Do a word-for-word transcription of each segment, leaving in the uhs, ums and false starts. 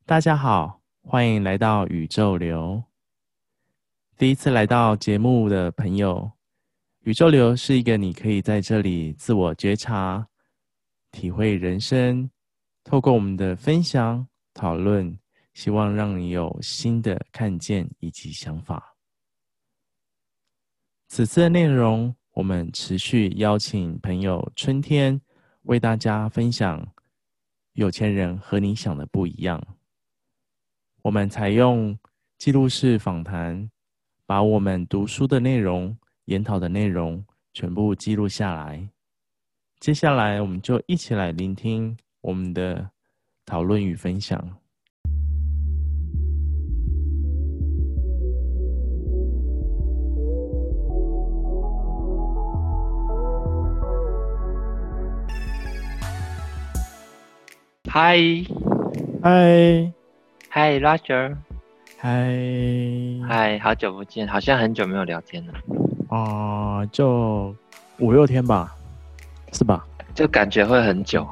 大家好，欢迎来到宇宙流。第一次来到节目的朋友，宇宙流是一个你可以在这里自我觉察、体会人生，透过我们的分享、讨论，希望让你有新的看见以及想法。此次的内容，我们持续邀请朋友春天为大家分享有钱人和你想的不一样。我们采用记录式访谈，把我们读书的内容、研讨的内容全部记录下来。接下来，我们就一起来聆听我们的讨论与分享。 嗨， 嗨， 嗨，Roger， 嗨， 嗨，好久不见，好像很久没有聊天了。 啊、呃，就五六天吧，是吧？ 就感觉会很久。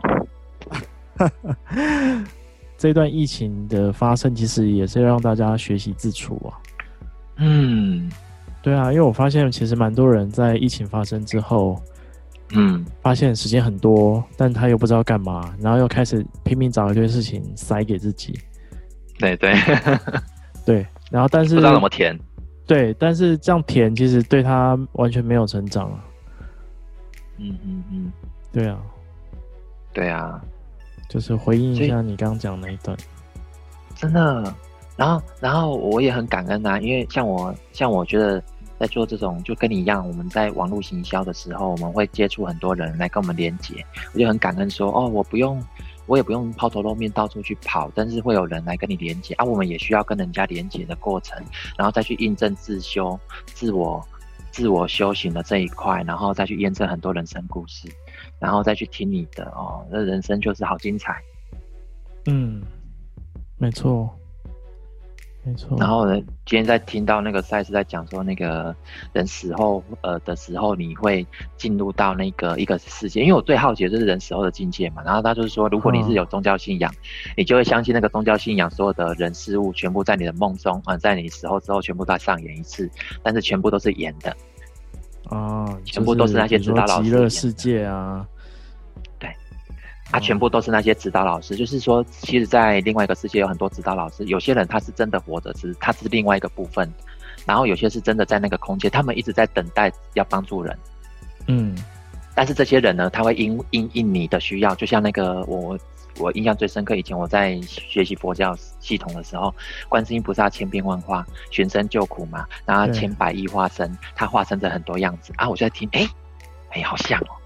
这段疫情的发生，其实也是让大家学习自处啊。 嗯， 对啊，因为我发现其实蛮多人在疫情发生之后， 嗯， 发现时间很多，但他又不知道干嘛，然后又开始拼命找一堆事情塞给自己。 对对对，然后但是不知道怎么填。 对，但是这样填其实对他完全没有成长啊。 嗯嗯嗯， 对啊， 对啊， 就是回应一下你刚刚讲那一段。 真的。然后，然后我也很感恩啊，因为像我，像我觉得在做这种，就跟你一样，我们在网络行销的时候，我们会接触很多人来跟我们连结，我就很感恩说，哦，我不用。我也不用抛头露面到处去跑，但是会有人来跟你连结啊，我们也需要跟人家连结的过程，然后再去印证自修、自我、自我修行的这一块，然后再去验证很多人生故事，然后再去听你的哦，那人生就是好精彩。 嗯，没错。没错。 然后呢，今天在听到那个赛斯在讲说，那个人死后，呃的时候，你会进入到那个一个世界。因为我最好奇的就是人死后的境界嘛。然后他就是说，如果你是有宗教信仰，嗯、你就会相信那个宗教信仰所有的人事物全部在你的梦中，啊、呃，在你死后之后全部再上演一次，但是全部都是演的。 啊，就是、 全部都是那些指导老师。 极乐世界啊。 他、啊、全部都是那些指导老师，就是说，其实，在另外一个世界有很多指导老师，有些人他是真的活着，是他是另外一个部分，然后有些是真的在那个空间，他们一直在等待要帮助人， 嗯， 但是这些人呢，他会因因应你的需要，就像那个我我印象最深刻，以前我在学习佛教系统的时候，观世音菩萨千变万化，寻声救苦嘛，然后千百亿化身，他化身着很多样子啊，我就在听，哎哎，好像哦。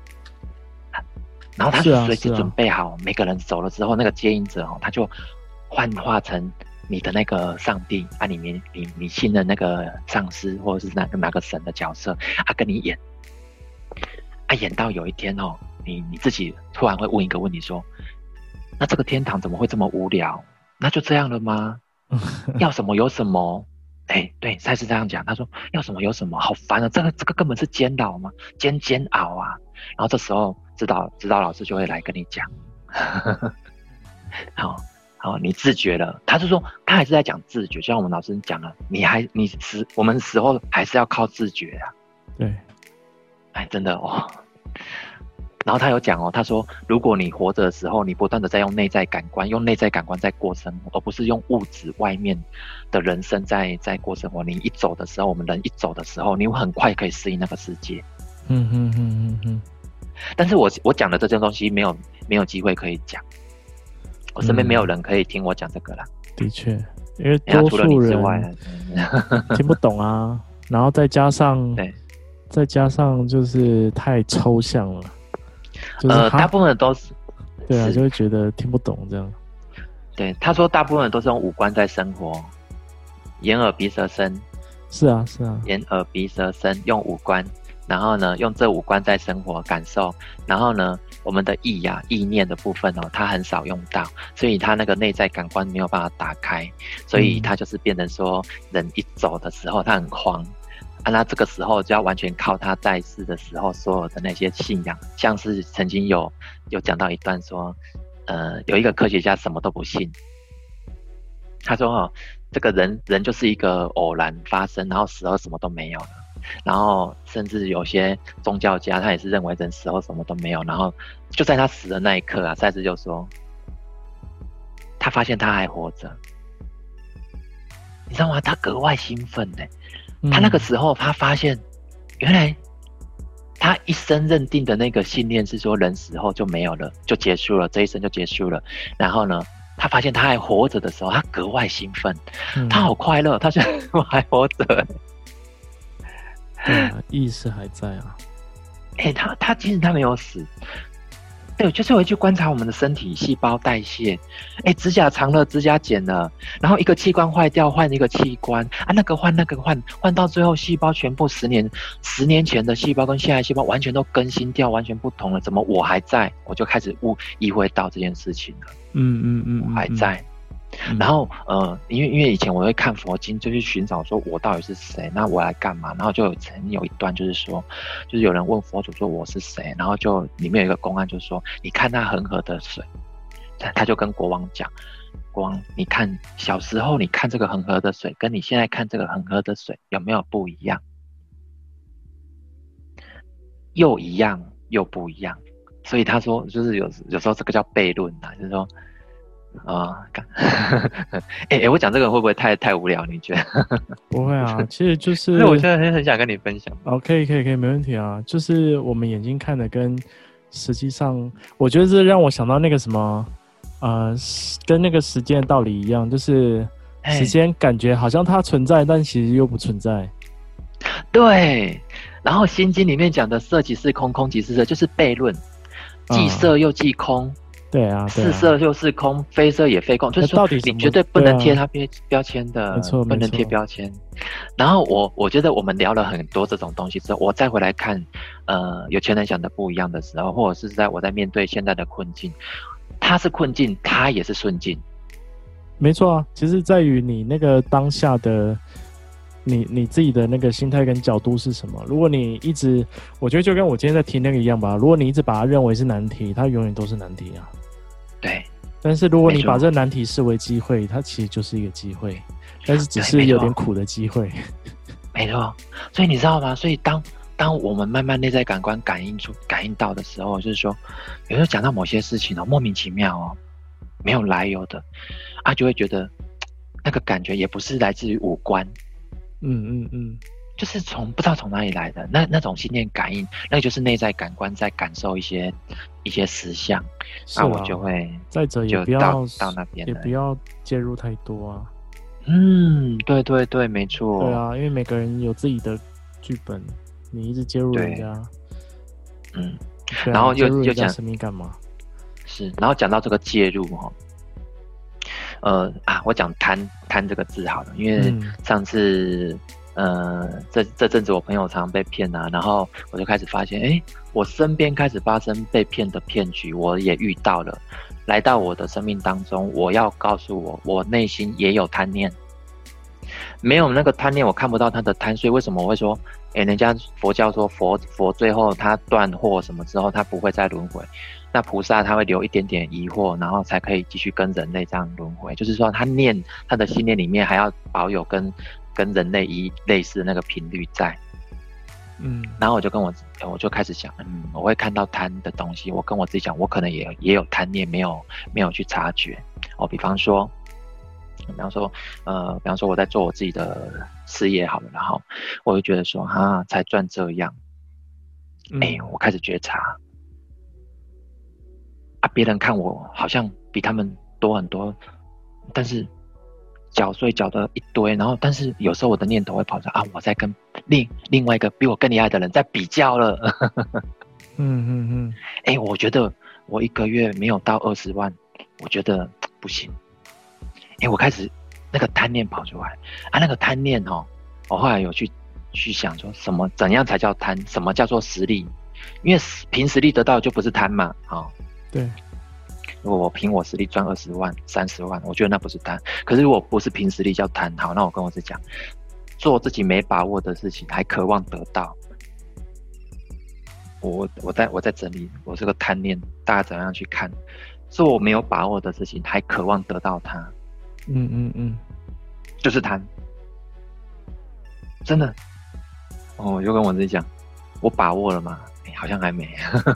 然后他是随时准备好，啊啊、每个人走了之后，那个接引者哦，他就幻化成你的那个上帝啊，里面你你信的那个上师或者是哪个哪个神的角色啊，跟你演啊，演到有一天哦，你你自己突然会问一个问题说，那这个天堂怎么会这么无聊？那就这样了吗？要什么有什么？哎，对，赛斯这样讲，他说要什么有什么，好烦啊！这个这个根本是煎熬吗？煎煎熬啊！然后这时候指导指导老师就会来跟你讲，好，好，你自觉了。他是说他还是在讲自觉，就像我们老师讲了，你还你死我们死后还是要靠自觉啊。 对， 哎，真的哦。然后他有讲哦，他说如果你活着的时候，你不断的在用内在感官，用内在感官在过生活，而不是用物质外面的人生在在过生活。你一走的时候，我们人一走的时候，你很快可以适应那个世界。 嗯哼哼哼哼。 但是我我讲的这件东西没有没有机会可以讲，我身边没有人可以听我讲这个啦。 的确，因为多数人听不懂啊，然后再加上对， 再加上就是太抽象了。就是、 呃，大部分都是， 对啊，就会觉得听不懂这样。 对，他说大部分都是用五官在生活，眼耳鼻舌身。 是啊，是啊， 眼耳鼻舌身用五官，然后呢，用这五官在生活感受，然后呢，我们的意呀、啊、意念的部分哦，他很少用到，所以他那个内在感官没有办法打开，所以他就是变成说，人一走的时候他很慌。啊，那这个时候就要完全靠他在世的时候所有的那些信仰，像是曾经有有讲到一段说，呃，有一个科学家什么都不信， 他说哦，这个人人就是一个偶然发生，然后死后什么都没有了。然后甚至有些宗教家他也是认为人死后什么都没有，然后就在他死的那一刻啊，赛斯就说他发现他还活着，你知道吗？他格外兴奋呢、欸。他那个时候他发现原来他一生认定的那个信念是说人死后就没有了，就结束了，这一生就结束了。然后呢，他发现他还活着的时候，他格外兴奋，嗯、他好快乐，他觉得我还活着。 对啊，意识还在啊。 哎、欸，他他其实他没有死。对，就是回去观察我们的身体细胞代谢。哎，指甲长了，指甲剪了，然后一个器官坏掉，换一个器官啊，那个换那个换，换到最后细胞全部十年十年前的细胞跟现在细胞完全都更新掉，完全不同了。怎么我还在？我就开始误意会到这件事情了。 嗯嗯嗯， 我还在。嗯、然后呃，因为因为以前我会看佛经，就去寻找说我到底是谁，那我来干嘛？然后就有曾经有一段就是说，就是有人问佛祖说我是谁，然后就里面有一个公案就说，你看那恒河的水，他他就跟国王讲，国王你看小时候你看这个恒河的水，跟你现在看这个恒河的水有没有不一样？又一样又不一样，所以他说就是有有时候这个叫悖论啊，就是说。啊，哎、欸、我讲这个会不会太太无聊？你觉得？ 不会啊，其实就是， 所以我现在很想跟你分享。 哦，可以可以可以，没问题啊。就是我们眼睛看的跟实际上，我觉得这让我想到那个什么，呃，跟那个时间的道理一样，就是时间感觉好像它存在，但其实又不存在。 对，然后《心经》里面讲的色即是空，空即是色，就是悖论，既色又既空。嗯对啊， 是色就是空，非色也非空，就是说你绝对不能贴它标标签的， 没错， 不能贴标签。然后我我觉得我们聊了很多这种东西之后，我再回来看，呃，有钱人想的不一样的时候，或者是在我在面对现在的困境，他是困境，他也是顺境。 没错啊，其实在于你那个当下的。你你自己的那个心态跟角度是什么？如果你一直，我觉得就跟我今天在提那个一样吧。如果你一直把它认为是难题，它永远都是难题啊。 对。 但是如果你把这个难题视为机会，它其实就是一个机会，但是只是有点苦的机会。 没错。所以你知道吗？所以当当我们慢慢内在感官感应出感应到的时候，就是说，有时候讲到某些事情哦，莫名其妙哦，没有来由的，啊，就会觉得那个感觉也不是来自于五官。 嗯嗯嗯， 就是从不知道从哪里来的那那种心念感应，那个就是内在感官在感受一些一些实相，那我就会再者也不要到到那边， 也不要介入太多啊。 嗯，对对对，没错。 对啊，因为每个人有自己的剧本，你一直介入人家， 嗯， 啊、 然后又又讲生命干嘛？ 是，然后讲到这个介入哈。呃啊，我讲贪贪这个字好了，因为上次、嗯、呃这这阵子我朋友常常被骗啊，然后我就开始发现，哎，我身边开始发生被骗的骗局，我也遇到了，来到我的生命当中，我要告诉我，我内心也有贪念，没有那个贪念，我看不到他的贪，所以为什么我会说，哎，人家佛教说佛佛最后他断惑什么之后，他不会再轮回。那菩萨他会留一点点疑惑，然后才可以继续跟人类这样轮回。就是说，他念他的心念里面还要保有跟跟人类一类似的那个频率在。嗯，然后我就跟我我就开始想，嗯，我会看到贪的东西，我跟我自己讲，我可能也也有贪念，没有没有去察觉。哦，比方说，比方说，呃，比方说我在做我自己的事业好了，然后我会觉得说，啊，才赚这样，哎、欸，我开始觉察。啊，别人看我好像比他们多很多，但是缴税缴的一堆，然后但是有时候我的念头会跑出啊，我在跟另另外一个比我更厉害的人在比较了。嗯嗯嗯，哎、欸，我觉得我一个月没有到二十万，我觉得不行。哎、欸，我开始那个贪念跑出来啊，那个贪念哦，我后来有去去想说什么怎样才叫贪，什么叫做实力？因为凭实力得到就不是贪嘛，哦。对，如果我凭我实力赚二十万、三十万，我觉得那不是贪。可是如果不是凭实力叫贪，好，那我跟我自己讲，做自己没把握的事情，还渴望得到。我我在我在整理我这个贪念，大家怎样去看？做我没有把握的事情，还渴望得到它， 嗯嗯嗯， 就是贪，真的。哦，我就跟我自己讲，我把握了吗？哎、好像还没。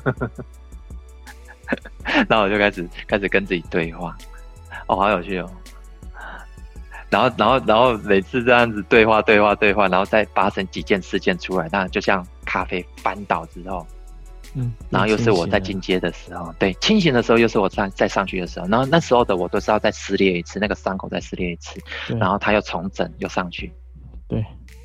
然后我就开始开始跟自己对话，哦，好有趣哦。然后，然后，然后每次这样子对话、对话、对话，然后再发生几件事件出来，那就像咖啡翻倒之后， 嗯， 然后又是我在进进阶的时候，对，清醒的时候又是我再再上去的时候，然后那时候的我都是要再撕裂一次，那个伤口再撕裂一次，然后它又重整又上去， 对，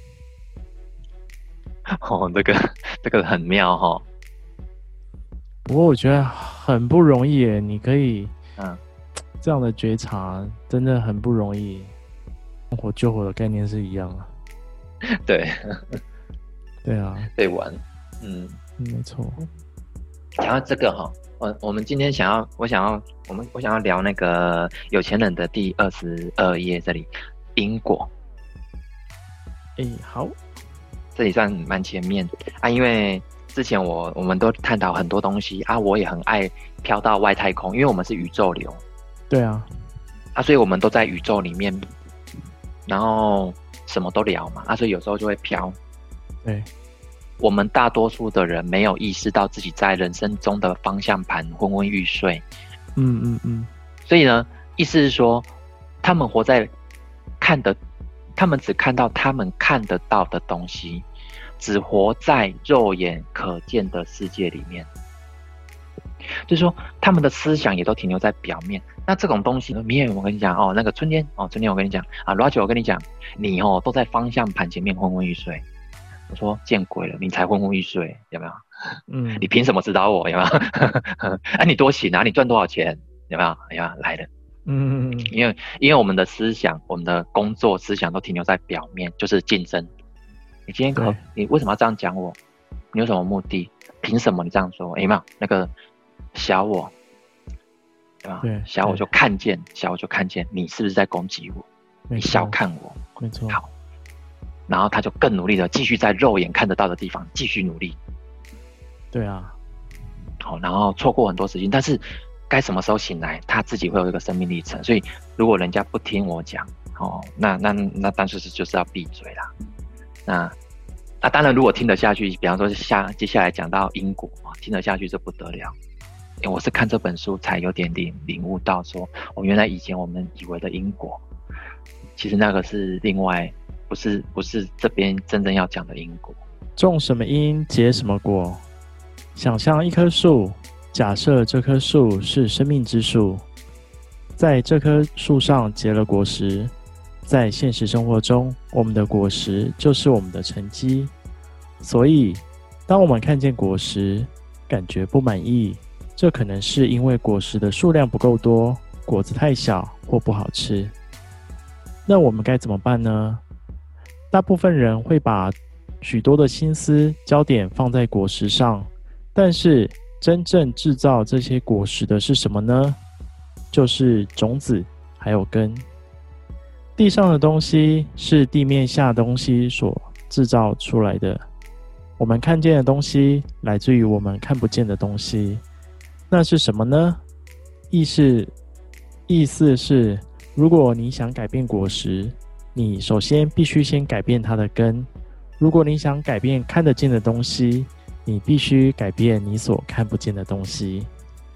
哦，这个这个很妙哈、哦。 不过我觉得很不容易耶，你可以， 嗯， 这样的觉察真的很不容易。生活救火的概念是一样啊。 对， 对啊， 对玩，嗯， 嗯没错。 讲到这个哈、哦，我我们今天想要，我想要，我们我想要聊那个有钱人的第二十二页这里因果， 哎，好， 这里算蛮前面啊，因为之前我我们都探讨很多东西啊，我也很爱飘到外太空，因为我们是宇宙流， 对啊， 啊，所以我们都在宇宙里面，然后什么都聊嘛，啊，所以有时候就会飘。 对， 我们大多数的人没有意识到自己在人生中的方向盘昏昏欲睡， 嗯嗯嗯， 所以呢，意思是说，他们活在看得，他们只看到他们看得到的东西，只活在肉眼可见的世界里面。就是说，他们的思想也都停留在表面。那这种东西，米远，我跟你讲哦，那个春天哦，春天我跟你讲啊，Roger，我跟你讲，你哦都在方向盘前面昏昏欲睡。我说见鬼了，你才昏昏欲睡，有没有？ 嗯， 你凭什么指导我？有没有？啊，你多醒啊，你赚多少钱？有没有？哎呀，来了。 嗯嗯嗯， 因为因为我们的思想，我们的工作思想都停留在表面，就是竞争。你今天可，你为什么要这样讲我？你有什么目的？凭什么你这样说？有没有那个小我？对吧？ 对， 小我就看见，小我就看见你是不是在攻击我？你小看我， 没错。 好，然后他就更努力的继续在肉眼看得到的地方继续努力。 对啊， 好，然后错过很多事情，但是该什么时候醒来，他自己会有一个生命历程。所以如果人家不听我讲，哦，那那那当时是就是要闭嘴啦。那那当然，如果听得下去，比方说下接下来讲到因果，听得下去就不得了。因为我是看这本书才有点领领悟到说，哦，原来以前我们以为的因果，其实那个是另外，不是不是这边真正要讲的因果。 种什么因结什么果。想象一棵树，假设这棵树是生命之树，在这棵树上结了果实，在现实生活中，我们的果实就是我们的成绩。所以，当我们看见果实，感觉不满意，这可能是因为果实的数量不够多，果子太小或不好吃。那我们该怎么办呢？大部分人会把许多的心思焦点放在果实上，但是真正制造这些果实的是什么呢？就是种子还有根。地上的东西是地面下东西所制造出来的，我们看见的东西来自于我们看不见的东西。那是什么呢？意思意思是，如果你想改变果实，你首先必须先改变它的根。如果你想改变看得见的东西，你必须改变你所看不见的东西。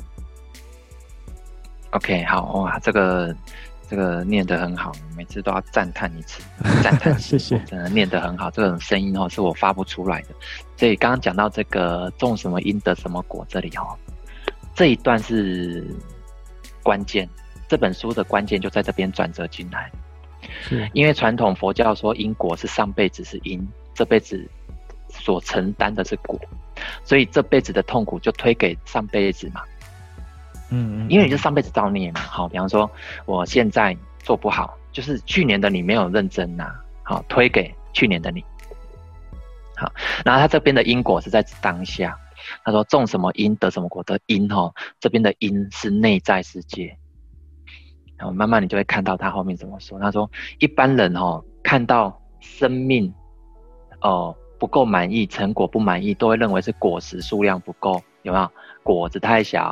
OK， 好哇，这个这个念得很好，每次都要赞叹一次，赞叹谢谢， 真的念得很好，这种声音哦是我发不出来的。所以刚刚讲到这个种什么因得什么果，这里哦，这一段是关键，这本书的关键就在这边转折进来。 是因为传统佛教说因果是上辈子是因，这辈子所承担的是果，所以这辈子的痛苦就推给上辈子嘛。 嗯嗯， 因为你是上辈子造孽嘛。好，比方说我现在做不好，就是去年的你没有认真啊，好，推给去年的你。好，然后他这边的因果是在当下，他说种什么因得什么果的因哦，这边的因是内在世界。然后慢慢你就会看到他后面怎么说。他说一般人哦看到生命哦、呃、不够满意，成果不满意，都会认为是果实数量不够，有没有？果子太小，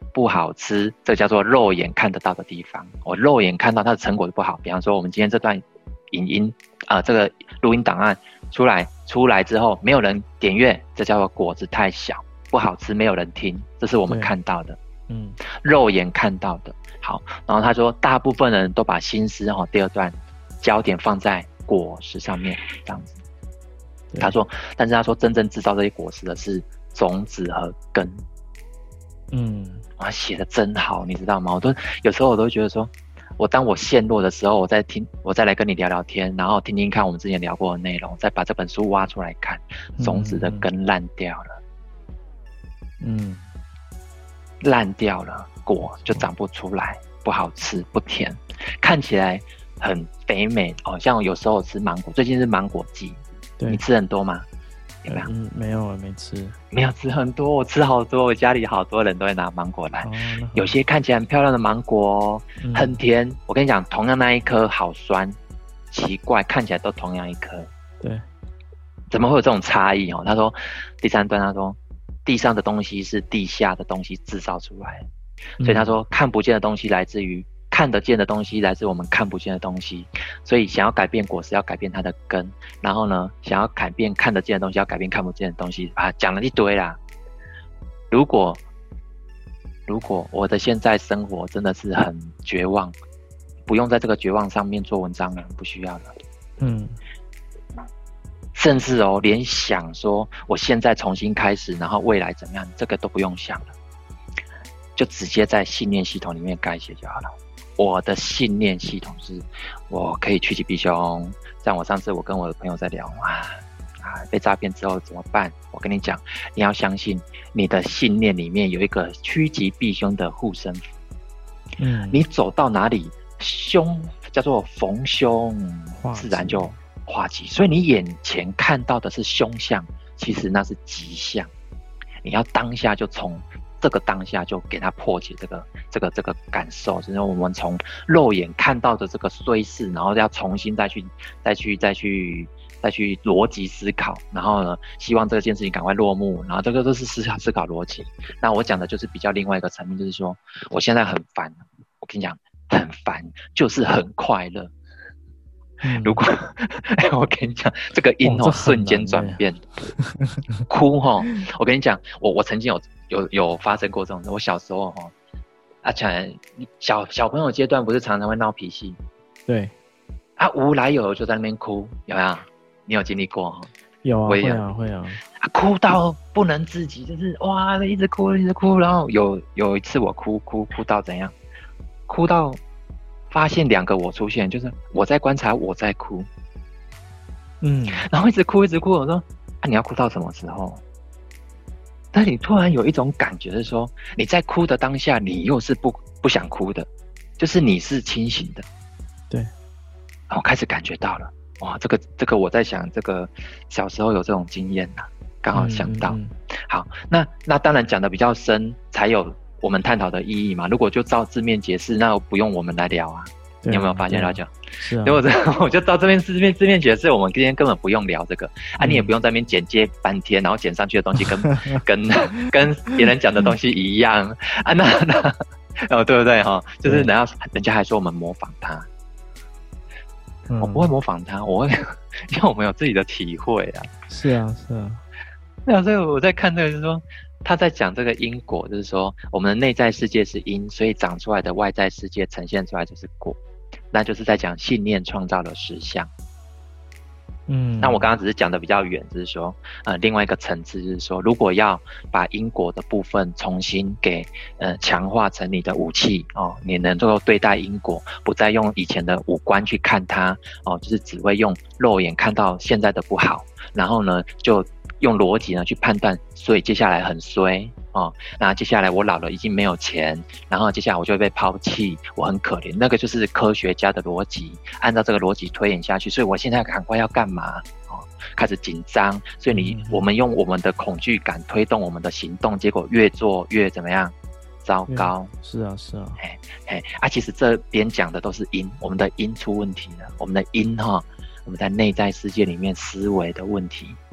不好吃，这叫做肉眼看得到的地方。我肉眼看到它的成果不好，比方说我们今天这段影音啊、呃，这个录音档案出来出来之后，没有人点阅，这叫做果子太小，不好吃，没有人听，这是我们看到的，嗯，肉眼看到的。好，然后他说，大部分人都把心思哈、哦，第二段焦点放在果实上面，这样子。他说，但是他说，真正制造这些果实的是种子和根。嗯，哇，写的真好，你知道吗？我都有时候我都觉得说，我当我陷落的时候，我再听，我再来跟你聊聊天，然后听听看我们之前聊过的内容，再把这本书挖出来看，种子的根烂掉了，嗯，烂掉了，果就长不出来，不好吃，不甜，看起来很肥美哦。像有时候我吃芒果，最近是芒果季，你吃很多吗？有没有？ 嗯，没有啊，没吃， 没有吃很多，我吃好多，我家里好多人都会拿芒果来，哦、有些看起来很漂亮的芒果、嗯、很甜。我跟你讲，同样那一颗好酸，奇怪，看起来都同样一颗，对，怎么会有这种差异哦？他说，第三段他说，地上的东西是地下的东西制造出来的，所以他说，看不见的东西来自于。看得见的东西来自我们看不见的东西，所以想要改变果实，要改变它的根。然后呢，想要改变看得见的东西，要改变看不见的东西啊，讲了一堆啦。如果如果我的现在生活真的是很绝望，不用在这个绝望上面做文章了，不需要了。嗯，甚至哦，连想说我现在重新开始，然后未来怎么样，这个都不用想了，就直接在信念系统里面改写就好了。我的信念系统是，我可以趋吉避凶。像我上次我跟我的朋友在聊啊啊，被诈骗之后怎么办？我跟你讲，你要相信你的信念里面有一个趋吉避凶的护身符。嗯，你走到哪里，凶叫做逢凶，自然就化吉。所以你眼前看到的是凶相，其实那是吉相。你要当下就从。这个当下就给他破解这个这个这个感受，就是我们从肉眼看到的这个衰事，然后要重新再去再去再去再去逻辑思考，然后呢，希望这件事情赶快落幕，然后这个都是思考思考逻辑。那我讲的就是比较另外一个层面，就是说我现在很烦，我跟你讲很烦，就是很快乐。嗯、如果、欸、我跟你讲，这个音哦瞬间转变，哭哦，我跟你讲，我我曾经有。有有发生过这种事。我小时候哈，啊，小小朋友阶段不是常常会闹脾气，对，啊，无来由就在那边哭，有没有？你有经历过？ 有啊，会啊，会啊， 啊，哭到不能自己，就是哇，一直哭，一直哭，然后有有一次我哭哭哭到怎样？哭到发现两个我出现，就是我在观察，我在哭，嗯，然后一直哭，一直哭，我说啊，你要哭到什么时候？但你突然有一种感觉是说，你在哭的当下，你又是不不想哭的，就是你是清醒的，对。我开始感觉到了，哇，这个这个我在想，这个小时候有这种经验呐、啊，刚好想到。嗯嗯嗯好，那那当然讲的比较深，才有我们探讨的意义嘛。如果就照字面解释，那不用我们来聊啊。你有没有发现，老蒋？是啊。如果这我就照这边字面字面解释，我们今天根本不用聊这个啊，你也不用在那边剪接半天，然后剪上去的东西跟跟跟别人讲的东西一样啊，那那哦，对不对哈？就是人家人家还说我们模仿他，嗯、我不会模仿他，我会因为我们有自己的体会啊。 是啊，是啊。 那所以我在看这个，就是说他在讲这个因果，就是说我们的内在世界是因，所以长出来的外在世界呈现出来就是果。那就是在讲信念创造了实相。嗯，那我刚刚只是讲的比较远，就是说，呃，另外一个层次就是说，如果要把因果的部分重新给呃强化成你的武器哦，你能够对待因果，不再用以前的五官去看它哦，就是只会用肉眼看到现在的不好，然后呢就用逻辑呢去判断，所以接下来很衰哦，那接下来我老了已经没有钱，然后接下来我就会被抛弃，我很可怜，那个就是科学家的逻辑，按照这个逻辑推演下去，所以我现在赶快要干嘛？哦，开始紧张，所以你、嗯、我们用我们的恐惧感推动我们的行动，结果越做越怎么样？糟糕。 是啊，是啊。 嘿，嘿，啊，其实这边讲的都是因，我们的因出问题了，我们的因哈，我们在内在世界里面思维的问题。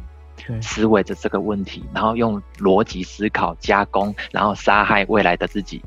思维着这个问题，然后用逻辑思考加工，然后杀害未来的自己。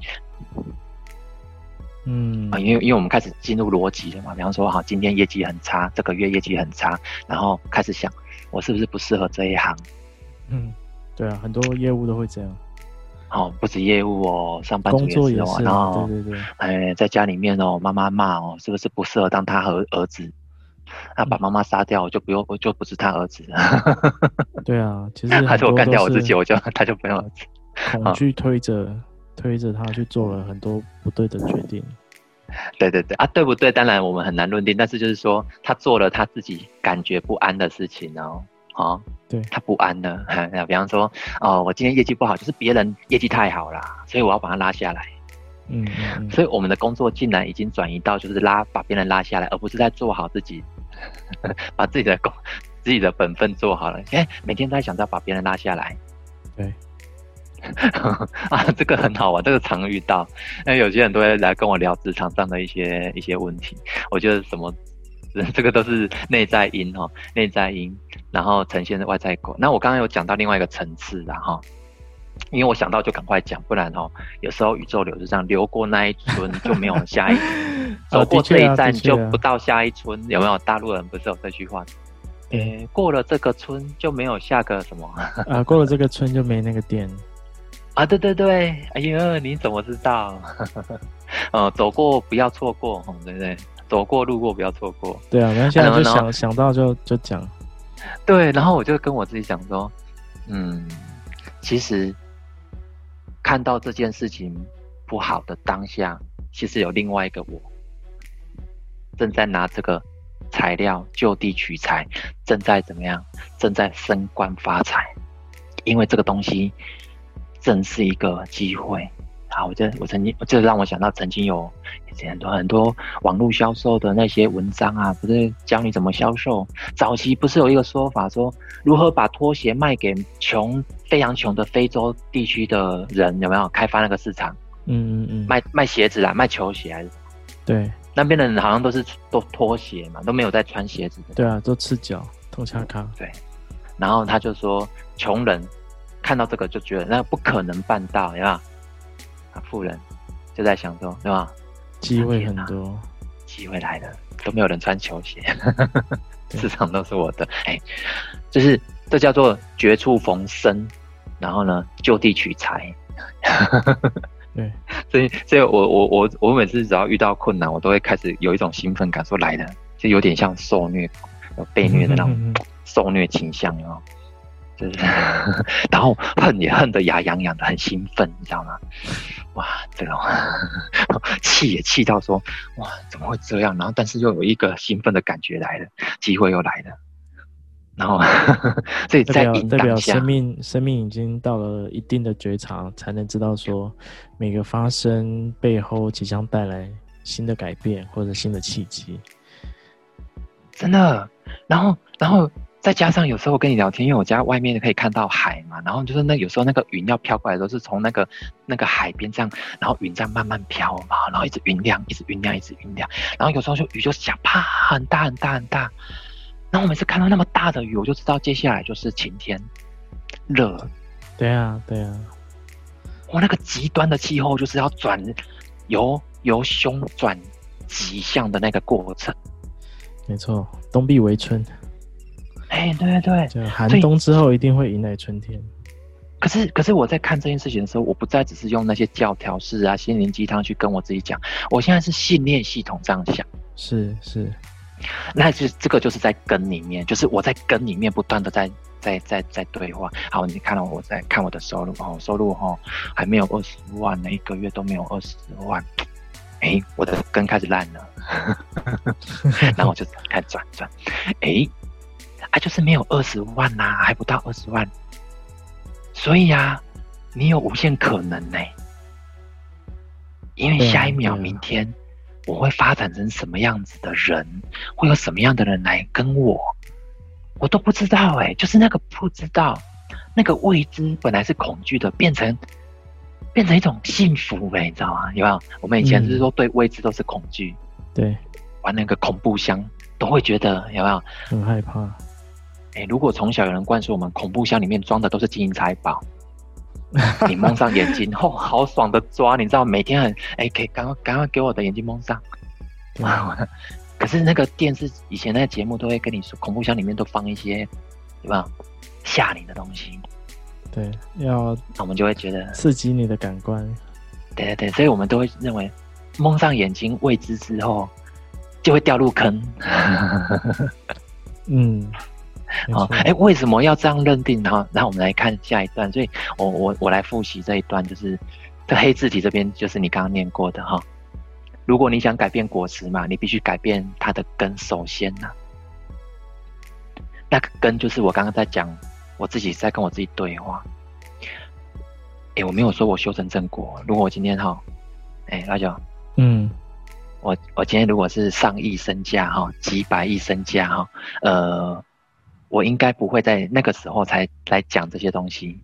嗯啊，因为因为我们开始进入逻辑了嘛，比方说，好，今天业绩很差，这个月业绩很差，然后开始想，我是不是不适合这一行？ 嗯，对啊，很多业务都会这样。 哦，不止业务哦，上班族工作也是哦， 也是， 然后， 对对对， 哎，在家里面哦，妈妈骂哦，是不是不适合当他儿儿子？那把妈妈杀掉，我就不用，我就不是他儿子了。 对啊，其实他说我干很多都是掉我自己，我就他就不用儿子。 恐惧推着推着他去做了很多不对的决定。 对对对啊，对不对？当然我们很难论定，但是就是说，他做了他自己感觉不安的事情哦，哦， 对， 他不安了。比方说，哦，我今天业绩不好，就是别人业绩太好啦，所以我要把他拉下来。 嗯嗯嗯， 所以我们的工作竟然已经转移到就是拉把别人拉下来，而不是在做好自己，把自己的工自己的本分做好了。哎，每天都在想着要把别人拉下来。 对。 啊，这个很好玩，这个常遇到。那有些人都会来跟我聊职场上的一些一些问题，我觉得什么，这个都是内在因哈，内在因，然后呈现的外在果。那我刚刚有讲到另外一个层次啦哈，因为我想到就赶快讲，不然哈，有时候宇宙流是这样，流过那一村就没有下一，走过这一站就不到下一村，有没有？大陆人不是有这句话？诶，过了这个村就没有下个什么啊，过了这个村就没那个店。 啊，对对对，哎呦，你怎么知道？呃，走过不要错过，嗯，对不对？走过路过不要错过。 对啊，然后现在就想、啊、想到就就讲。 对，然后我就跟我自己讲说，嗯，其实看到这件事情不好的当下，其实有另外一个我，正在拿这个材料就地取材，正在怎么样？正在升官发财，因为这个东西。正是一个机会啊！我这我曾经，这让我想到曾经有很多很多网络销售的那些文章啊，不是教你怎么销售。早期不是有一个说法说，如何把拖鞋卖给穷非常穷的非洲地区的人，有没有开发那个市场？ 嗯嗯嗯， 卖卖鞋子啦，卖球鞋还是？ 对， 那边的人好像都是都拖鞋嘛，都没有在穿鞋子的。 对啊，都赤脚，痛恰卡。 对，然后他就说，穷人。看到这个就觉得那不可能办到，对吧？啊，富人就在想说，对吧？ 机会很多， 机会来了，都没有人穿球鞋，市场都是我的。哎，就是这叫做绝处逢生，然后呢就地取材。 对， 所以，所以我我我我每次只要遇到困难，我都会开始有一种兴奋感，说来了，就有点像受虐、有被虐的那种受虐倾向，有没有？就是，然后恨也恨得牙痒痒的，很兴奋，你知道吗？哇，这种气也气到说，哇，怎么会这样？然后，但是又有一个兴奋的感觉来了，机会又来了。然后，所以在引代表当下， 生命生命已经到了一定的觉察，才能知道说每个发生背后即将带来新的改变或者新的契机。 真的，然后，然后。再加上有时候我跟你聊天，因为我家外面可以看到海嘛，然后就是那有时候那个云要飘过来，都是从那个那个海边这样，然后云这样慢慢飘嘛，然后一直云量，一直云量，一直云量，然后有时候就雨就下，啪，很大很大很大，然后我每次看到那么大的雨，我就知道接下来就是晴天，热。 对啊，对啊， 我那个极端的气候就是要转由由凶转吉向的那个过程。 没错，冬必为春。 哎，对对对， 就寒冬之后一定会迎来春天。 可是，可是我在看这件事情的时候，我不再只是用那些教条式啊、心灵鸡汤去跟我自己讲，我现在是信念系统这样想。 是是， 那就这个就是在根里面，就是我在根里面不断的在在在在对话。好，你看到我在看我的收入哦，收入哦还没有二十万呢，一个月都没有二十万。哎，我的根开始烂了，然后我就开始转转，哎。啊，就是没有二十万呐、啊，还不到二十万，所以啊，你有无限可能呢、欸。因为下一秒、明天，我会发展成什么样子的人，会有什么样的人来跟我，我都不知道哎、欸，就是那个不知道，那个未知本来是恐惧的，变成变成一种幸福哎、欸，你知道吗？有没有？我们以前是说对未知都是恐惧， 对， 玩那个恐怖箱都会觉得有没有很害怕。 哎，如果从小有人灌输我们恐怖箱里面装的都是金银财宝，你蒙上眼睛，哦，好爽的抓，你知道每天很哎，可以赶快赶快给我的眼睛蒙上。可是那个电视以前那个节目都会跟你说，恐怖箱里面都放一些，对吧？吓你的东西。 对，要我们就会觉得刺激你的感官。 对对对，所以我们都会认为蒙上眼睛未知之后，就会掉入坑。 嗯。 哦，哎，为什么要这样认定？然后，然后我们来看下一段。所以我我我来复习这一段，就是这黑字体这边，就是你刚刚念过的哈。如果你想改变果实嘛，你必须改变它的根。首先呢、啊，那个根就是我刚刚在讲，我自己在跟我自己对话。哎，我没有说我修成正果。如果我今天哈，哎，老九， 嗯， 我我今天如果是上亿身价哈，几百亿身价哈，呃。我应该不会在那个时候才来讲这些东西。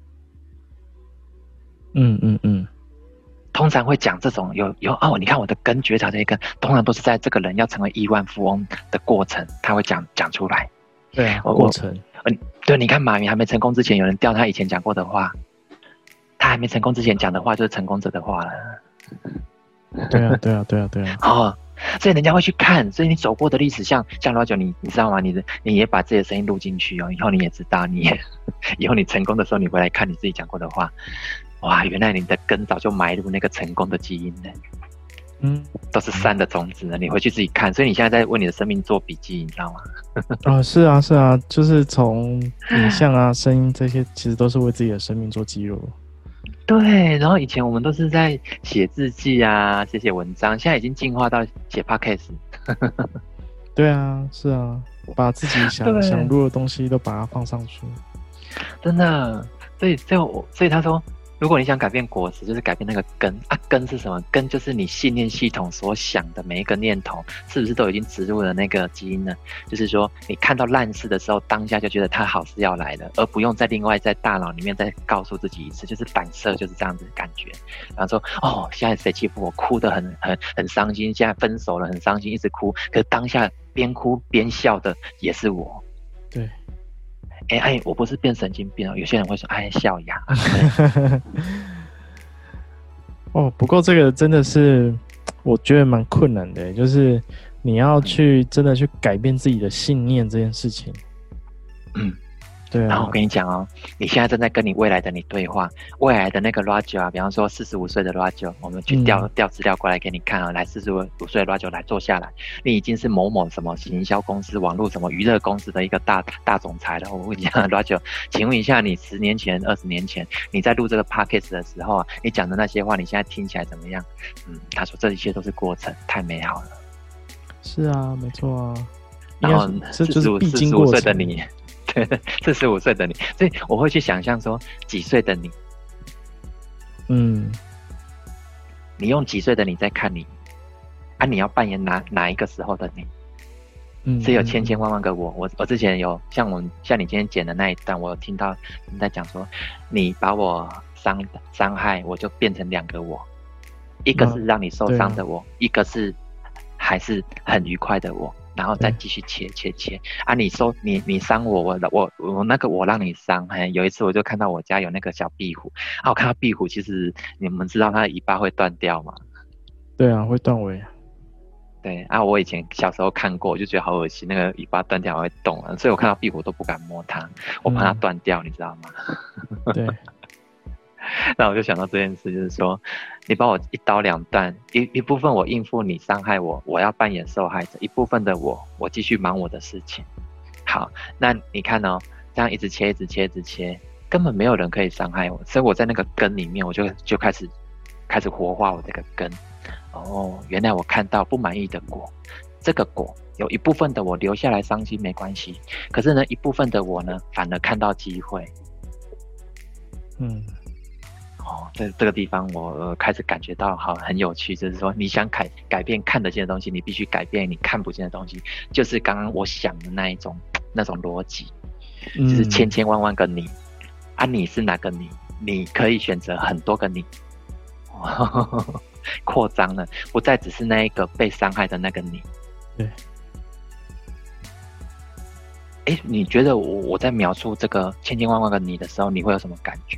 嗯嗯嗯。 通常会讲这种有有哦，你看我的根觉察这一根，通常都是在这个人要成为亿万富翁的过程，他会讲讲出来。 对啊，过程。 嗯，对，你看马云还没成功之前，有人调他以前讲过的话，他还没成功之前讲的话就是成功者的话了。 对啊，对啊，对啊，对啊。 哦。所以人家会去看，所以你走过的历史，像像老九，你你知道吗？你的你也把自己的声音录进去哦，以后你也知道，你也以后你成功的时候，你回来看你自己讲过的话，哇，原来你的根早就埋入那个成功的基因了，嗯，都是善的种子了。你回去自己看，所以你现在在为你的生命做笔记，你知道吗？ 啊、哦，是啊，是啊，就是从影像啊、声音这些，其实都是为自己的生命做记录。 对，然后以前我们都是在写日记啊，写写文章，现在已经进化到写 podcast。 对啊，是啊，把自己想想录的东西都把它放上去。 真的，所以所以我所以他说，如果你想改变果实，就是改变那个根啊。根是什么？根就是你信念系统所想的每一个念头，是不是都已经植入了那个基因呢？就是说，你看到烂事的时候，当下就觉得它好事要来了，而不用再另外在大脑里面再告诉自己一次，就是反射就是这样子的感觉。然后说，哦，现在谁欺负我，哭得很很很伤心，现在分手了很伤心，一直哭，可是当下边哭边笑的也是我。 对。 哎哎，我不是变神经病哦。有些人会说，哎，笑呀。 哦，不过这个真的是我觉得蛮困难的，就是你要去真的去改变自己的信念这件事情。嗯，对啊。 然后我跟你讲哦，你现在正在跟你未来的你对话，未来的那个 Roger 啊，比方说四十五岁的 Roger， 我们去调、嗯、调资料过来给你看啊，来四十五岁的 Roger 来坐下来，你已经是某某什么行销公司、网络什么娱乐公司的一个大大总裁了。我问你啊 ，Roger， 请问一下，你十年前、二十年前你在录这个 podcast 的时候啊，你讲的那些话，你现在听起来怎么样？嗯，他说这一切都是过程，太美好了。 是啊，没错啊。 然后四十五、四十五岁的你。四十五岁的你，所以我会去想象说，几岁的你，嗯，你用几岁的你在看你，啊，你要扮演哪哪一个时候的你？嗯，是有千千万万个我。我我之前有像我像你今天剪的那一段，我有听到你在讲说，你把我伤伤害，我就变成两个我，一个是让你受伤的我，啊、一个是还是很愉快的我。然后再继续切切切啊！你说你你伤我，我我我那个我让你伤。哎，有一次我就看到我家有那个小壁虎啊，我看到壁虎，其实你们知道它的尾巴会断掉吗？ 对啊，会断尾。 对啊，我以前小时候看过，我就觉得好恶心，那个尾巴断掉还会动啊，所以我看到壁虎都不敢摸它，我怕它断掉，嗯、你知道吗？ 对。 那我就想到这件事，就是说，你把我一刀两断，一一部分我应付你伤害我，我要扮演受害者；一部分的我，我继续忙我的事情。好，那你看哦，这样一直切，一直切，一直切，根本没有人可以伤害我，所以我在那个根里面，我就就开始开始活化我这个根。哦，原来我看到不满意的果，这个果有一部分的我留下来伤心没关系，可是呢，一部分的我呢，反而看到机会。嗯。哦，这这个地方我、呃、开始感觉到好很有趣，就是说你想改改变看得见的东西，你必须改变你看不见的东西，就是刚刚我想的那一种那种逻辑，就是千千万万个你、嗯、啊，你是哪个你？你可以选择很多个你，哦、扩张了，不再只是那一个被伤害的那个你。 对。 哎，你觉得我我在描述这个千千万万个你的时候，你会有什么感觉？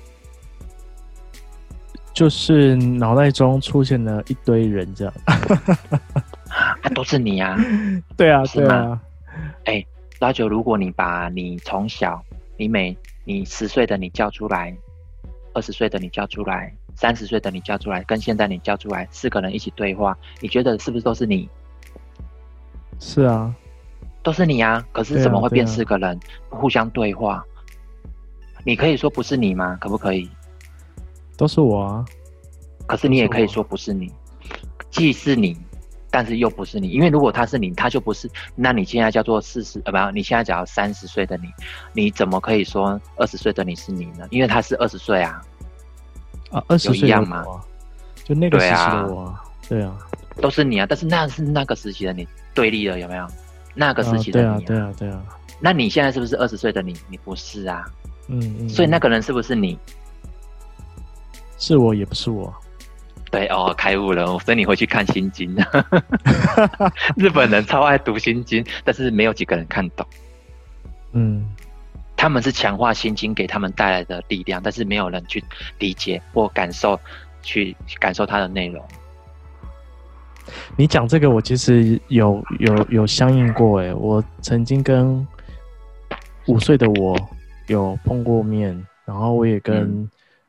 就是脑袋中出现了一堆人这样。 啊，都是你啊。 对啊， 是吗？ 对啊。 哎，老九，如果你把你从小，你每你十岁的你叫出来，二十岁的你叫出来，三十岁的你叫出来，跟现在你叫出来，四个人一起对话，你觉得是不是都是你？ 是啊， 都是你啊。可是怎么会变四个人、啊、互相对话？你可以说不是你吗？可不可以？ 都是我啊。 可是你也可以说不是你，既是你，但是又不是你。因为如果他是你，他就不是。那你现在叫做四十，呃，不，你现在讲三十岁的你，你怎么可以说二十岁的你是你呢？因为他是二十岁啊。 啊，二十岁有一样吗？ 就那个时期的我啊，对啊， 都是你啊。但是那是那个时期的你对立了，有没有？那个时期的你、啊啊，对啊，对啊，对啊。 那你现在是不是二十岁的你？你不是啊。 嗯嗯。 所以那个人是不是你？ 是我也不是我。 对哦，开悟了。所以你回去看心经。日本人超爱读心经，但是没有几个人看懂。 嗯， 他们是强化心经给他们带来的力量，但是没有人去理解或感受，去感受它的内容。 你讲这个，我其实有有有相应过诶。我曾经跟五岁的我有碰过面，然后我也跟、嗯、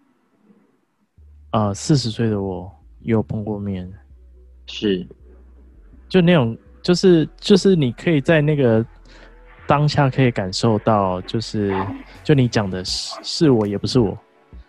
呃四十岁的我也有碰过面。 是， 就那种，就是就是你可以在那个当下可以感受到，就是就你讲的是是我也不是我。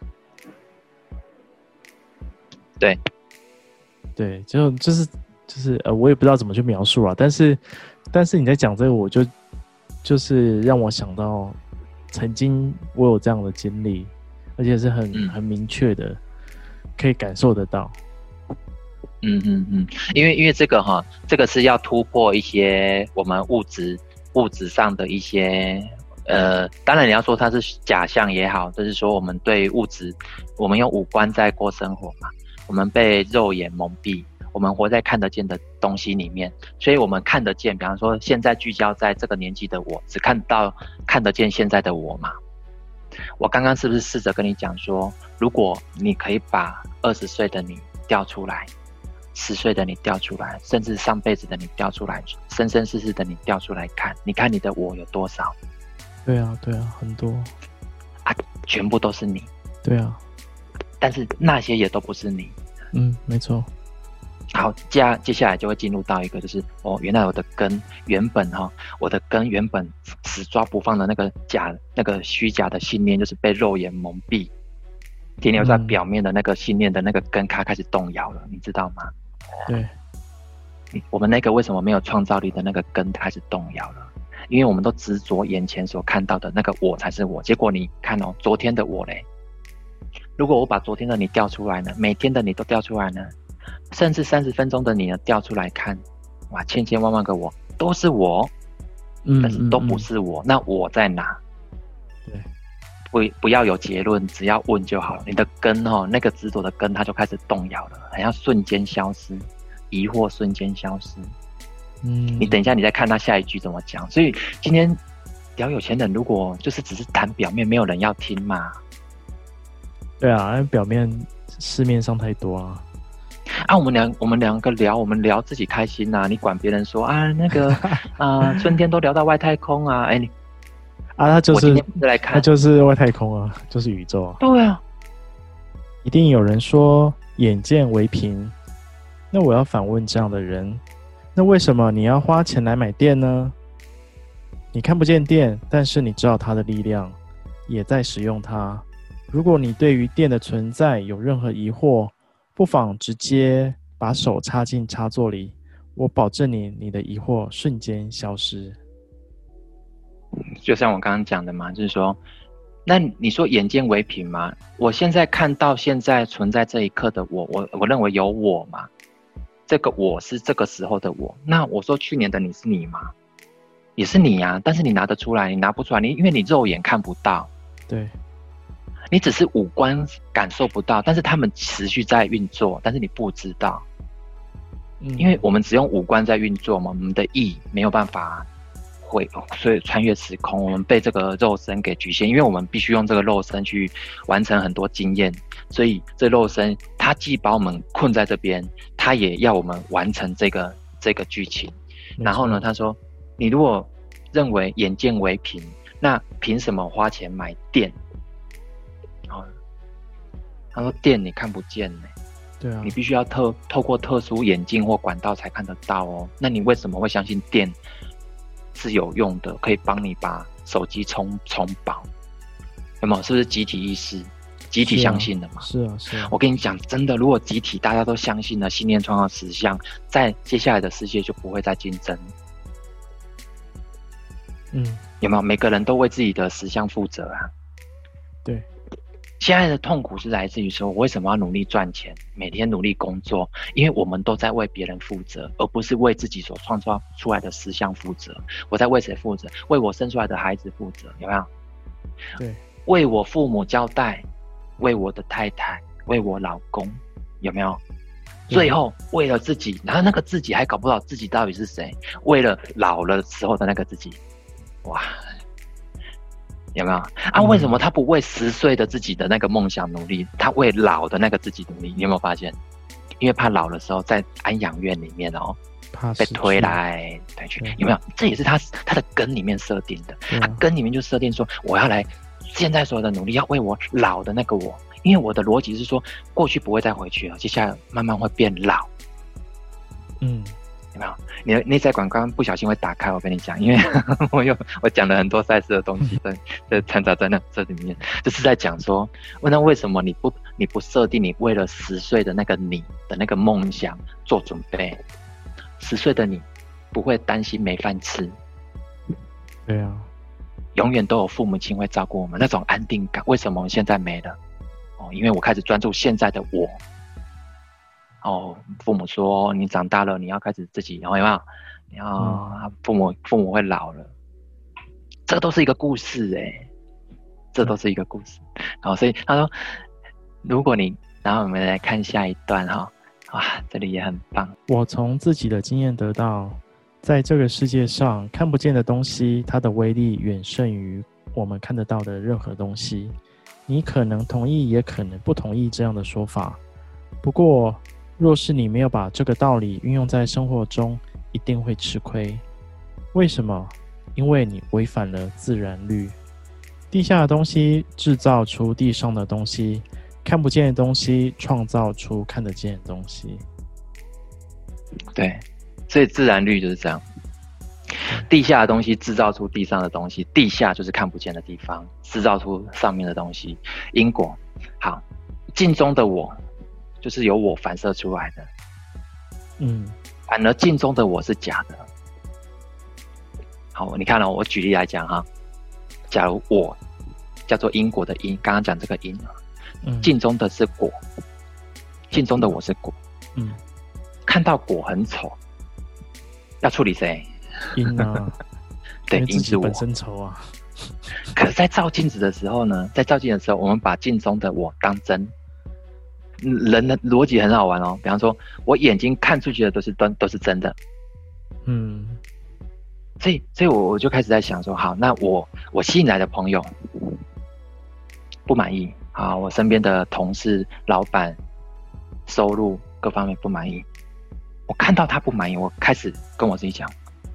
对。 对，就就是就是呃，我也不知道怎么去描述啊，但是但是你在讲这个，我就就是让我想到曾经我有这样的经历，而且是很、嗯、很明确的，可以感受得到。 嗯嗯嗯，因为因为这个哈，这个是要突破一些我们物质物质上的一些呃，当然你要说它是假象也好，就是说我们对物质，我们用五官在过生活嘛。我们被肉眼蒙蔽，我们活在看得见的东西里面，所以我们看得见，比方说现在聚焦在这个年纪的我，只看到看得见现在的我嘛。我刚刚是不是试着跟你讲说，如果你可以把二十岁的你调出来，十岁的你调出来，甚至上辈子的你调出来，生生世世的你调出来看，你看你的我有多少？ 对啊，对啊，很多啊，全部都是你。 对啊。 但是那些也都不是你。 嗯，没错。 好，接接下来就会进入到一个，就是哦，原来我的根原本哈、哦，我的根原本死抓不放的那个假、那个虚假的信念，就是被肉眼蒙蔽，停留在表面的那个信念的那个根，它开始动摇了，你知道吗？ 对。 我们那个为什么没有创造力的那个根开始动摇了？因为我们都执着眼前所看到的那个我才是我。结果你看哦，昨天的我嘞。如果我把昨天的你调出来呢，每天的你都调出来呢，甚至三十分钟的你呢调出来看，哇，千千万万个我都是我， 嗯， 但是都不是我，嗯嗯、那我在哪？ 对， 不不要有结论，只要问就好了。你的根哦，那个执着的根，它就开始动摇了，好像瞬间消失，疑惑瞬间消失。 嗯， 你等一下，你再看他下一句怎么讲。所以今天聊有钱人，如果就是只是谈表面，没有人要听嘛。 对啊，因为表面市面上太多啊。 啊，我们两我们两个聊，我们聊自己开心啊，你管别人说啊那个啊、呃，春天都聊到外太空啊，哎你啊，他就是我今天不是来看， 他就是外太空啊，就是宇宙啊。 对啊， 一定有人说眼见为凭，那我要反问这样的人，那为什么你要花钱来买电呢？你看不见电，但是你知道它的力量，也在使用它。如果你对于电的存在有任何疑惑，不妨直接把手插进插座里，我保证你，你的疑惑瞬间消失。 就像我刚刚讲的嘛，就是说，那你说眼见为凭嘛？我现在看到现在存在这一刻的我，我我认为有我嘛？这个我是这个时候的我。那我说去年的你是你吗？也是你啊，但是你拿得出来，你拿不出来，你因为你肉眼看不到。 对。 你只是五官感受不到，但是他们持续在运作，但是你不知道，嗯、因为我们只用五官在运作嘛，我们的意没有办法回，所以穿越时空，我们被这个肉身给局限，因为我们必须用这个肉身去完成很多经验，所以这肉身它既把我们困在这边，它也要我们完成这个这个剧情。然后呢，他说，你如果认为眼见为凭，那凭什么花钱买电？哦，他说电你看不见呢、欸。 对啊， 你必须要特透过特殊眼镜或管道才看得到哦。那你为什么会相信电是有用的，可以帮你把手机充充饱？有没有？是不是集体意识、集体相信的嘛？ 是啊，是啊。 我跟你讲，真的，如果集体大家都相信了信念创造实相，在接下来的世界就不会再竞争。 嗯， 有没有？每个人都为自己的实相负责啊。 对。 现在的痛苦是来自于说，我为什么要努力赚钱，每天努力工作？因为我们都在为别人负责，而不是为自己所创造出来的实相负责。我在为谁负责？为我生出来的孩子负责，有没有？ 对。 为我父母交代，为我的太太，为我老公，有没有？最后为了自己，然后那个自己还搞不好自己到底是谁？为了老了时候的那个自己，哇！有没有啊？为什么他不为十岁的自己的那个梦想努力，他为老的那个自己努力？你有没有发现？因为怕老的时候在安养院里面哦，被推来推去，有没有？这也是他他的根里面设定的。他根里面就设定说，我要来现在所有的努力要为我老的那个我，因为我的逻辑是说，过去不会再回去了，接下来慢慢会变老。嗯。有没有？你的内在感官不小心会打开，我跟你讲，因为我有我讲了很多赛事的东西在在掺杂在那这里面，就是在讲说，那为什么你不你不设定你为了十岁的那个你的那个梦想做准备？十岁的你不会担心没饭吃， 对啊， 永远都有父母亲会照顾我们，那种安定感，为什么我们现在没了？哦，因为我开始专注现在的我。哦，父母说你长大了，你要开始自己，然后有没有？你要、嗯、父母父母会老了，这都是一个故事哎、欸，这都是一个故事。好、哦，所以他说，如果你，然后我们来看下一段哈、哦，哇，这里也很棒。 我从自己的经验得到，在这个世界上看不见的东西，它的威力远胜于我们看得到的任何东西。你可能同意，也可能不同意这样的说法。不过，若是你没有把这个道理运用在生活中，一定会吃亏。为什么？因为你违反了自然律。地下的东西制造出地上的东西，看不见的东西创造出看得见的东西。 对，所以自然律就是这样。地下的东西制造出地上的东西，地下就是看不见的地方，制造出上面的东西。因果，好，镜中的我。就是由我反射出来的，嗯，反而镜中的我是假的。好，你看了、哦，我举例来讲哈，假如我叫做因果的因，刚刚讲这个因，嗯，镜中的是果，镜中的我是果，嗯，看到果很丑，要处理谁？ 因啊， 对，因是我本身丑啊。 可是，在照镜子的时候呢，在照镜的时候，我们把镜中的我当真。人的逻辑很好玩哦，比方说，我眼睛看出去的都是都都是真的，嗯，所以所以我我就开始在想说，好，那我我吸引来的朋友不满意啊，我身边的同事、老板、收入各方面不满意，我看到他不满意，我开始跟我自己讲，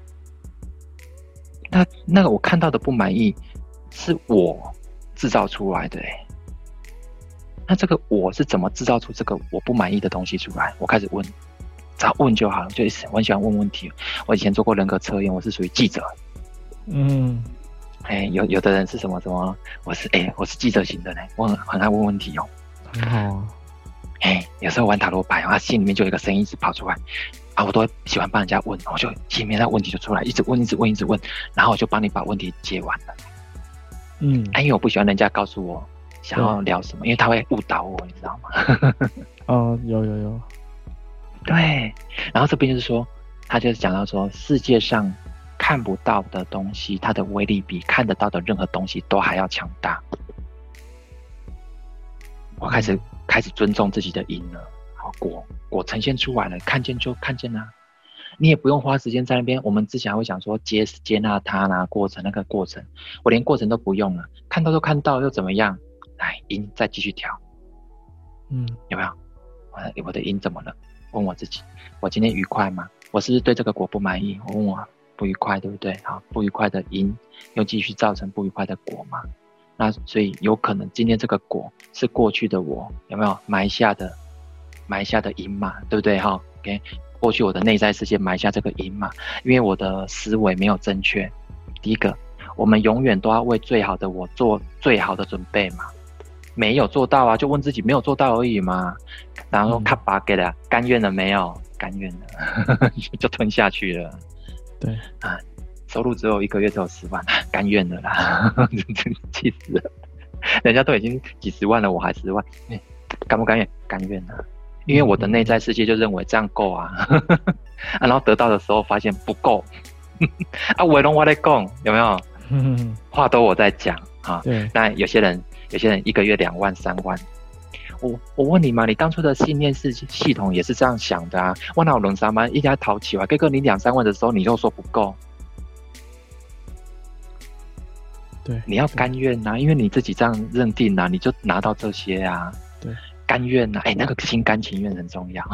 那那个我看到的不满意是我制造出来的欸。那这个我是怎么制造出这个我不满意的东西出来？我开始问，只要问就好了，就我很喜欢问问题。我以前做过人格测验，我是属于记者。嗯，哎、欸，有有的人是什么什么，我是哎、欸，我是记者型的呢，我很很爱问问题哦。 很好啊。 哎、欸，有时候玩塔罗牌啊，心里面就有一个声音一直跑出来啊，我都会喜欢帮人家问，我就心里面那问题就出来，一直问，一直问，一直问，然后我就帮你把问题解完了。嗯，啊，因为我不喜欢人家告诉我。想要聊什么？因为他会误导我，你知道吗？ 哦，有有有， 对。然后这边就是说，他就是讲到说，世界上看不到的东西，它的威力比看得到的任何东西都还要强大。我开始、嗯、开始尊重自己的因了，好果果呈现出来了，看见就看见啦、啊。 你也不用花时间在那边。我们之前还会想说接接纳它啦，过程那个过程，我连过程都不用了，看到都看到又怎么样？来，音再继续调， 嗯， 有没有？我我的音怎么了？问我自己，我今天愉快吗？我是不是对这个果不满意？我问我不愉快，对不对？好，不愉快的因又继续造成不愉快的果嘛？那所以有可能今天这个果是过去的我有没有埋下的埋下的因嘛？对不对？哈 ，OK， 过去我的内在世界埋下这个因嘛，因为我的思维没有正确。第一个，我们永远都要为最好的我做最好的准备嘛。没有做到啊，就问自己没有做到而已嘛。然后卡巴给了，甘愿了没有？甘愿了，就吞下去了。 对啊，收入只有一个月只有十万，甘愿了啦，气死了。人家都已经几十万了，我还十万，甘不甘愿？甘愿了，因为我的内在世界就认为这样够啊。啊然后得到的时候发现不够，啊，我拢我在讲，有没有？话都我在讲啊。 对， 那有些人。有些人一个月两万三万，我我问你嘛，你当初的信念是系统也是这样想的啊？我哪有两三万一家淘起来，结果你两三万的时候，你又说不够， 对， 你要甘愿啊，因为你自己这样认定啊，你就拿到这些啊， 对， 甘愿啊，哎、欸，那个心甘情愿很重要，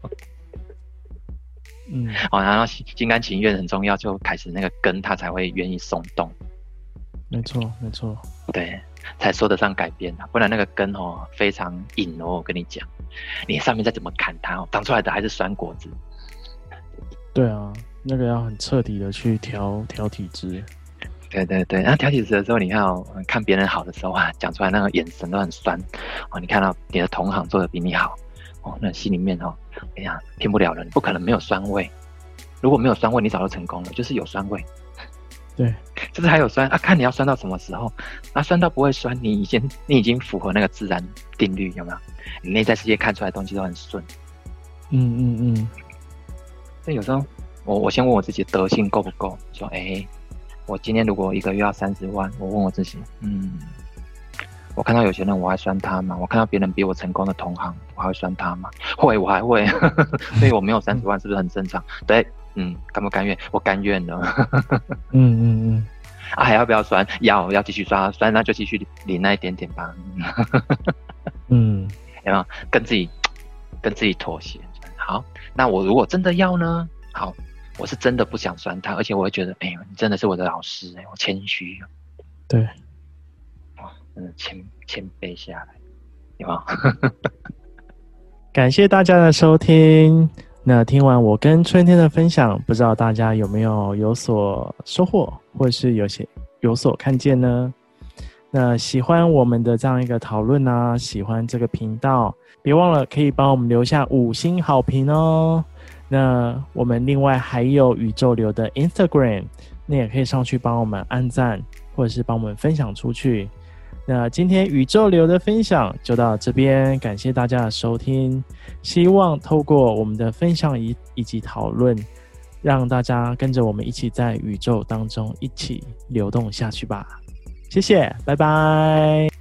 嗯， 哦，然后心甘情愿很重要，就开始那个根它才会愿意松动， 没错，没错， 对。才说得上改变啊，不然那个根哦非常硬哦，我跟你讲，你上面再怎么砍它哦，长出来的还是酸果子。 对啊，那个要很彻底的去调调体质。 对对对，然后调体质的时候，你看哦，看别人好的时候啊，讲出来那个眼神都很酸哦。你看到你的同行做的比你好哦，那心里面哦，哎呀，骗不了人，不可能没有酸味。如果没有酸味，你早就成功了，就是有酸味。 对， 就是还有酸啊，看你要酸到什么时候啊？酸到不会酸，你已经你已经符合那个自然定律，有没有？你内在世界看出来的东西都很顺。 嗯嗯嗯。 所以有时候我我先问我自己德性够不够？说哎、欸，我今天如果一个月要三十万，我问我自己，嗯，我看到有些人我还酸他吗？我看到别人比我成功的同行，我还会酸他吗？会，我还会。所以我没有三十万，是不是很正常？对。嗯，甘不甘愿？我甘愿了。 嗯嗯嗯， 啊，还要不要酸？要，要继续刷，酸那就继续领那一点点吧。 嗯， 有没有跟自己跟自己妥协？好，那我如果真的要呢？好，我是真的不想酸他，而且我会觉得，哎、欸，你真的是我的老师、欸，我谦虚。 对， 哇，真的谦谦卑下来，有没有？ 感谢大家的收听。那听完我跟春天的分享，不知道大家有没有有所收获，或是有些有所看见呢？那喜欢我们的这样一个讨论啊，喜欢这个频道，别忘了可以帮我们留下五星好评哦。那我们另外还有宇宙流的 Instagram， 那也可以上去帮我们按赞，或者是帮我们分享出去。那今天宇宙流的分享就到这边，感谢大家的收听。希望透过我们的分享以以及讨论，让大家跟着我们一起在宇宙当中一起流动下去吧。谢谢，拜拜。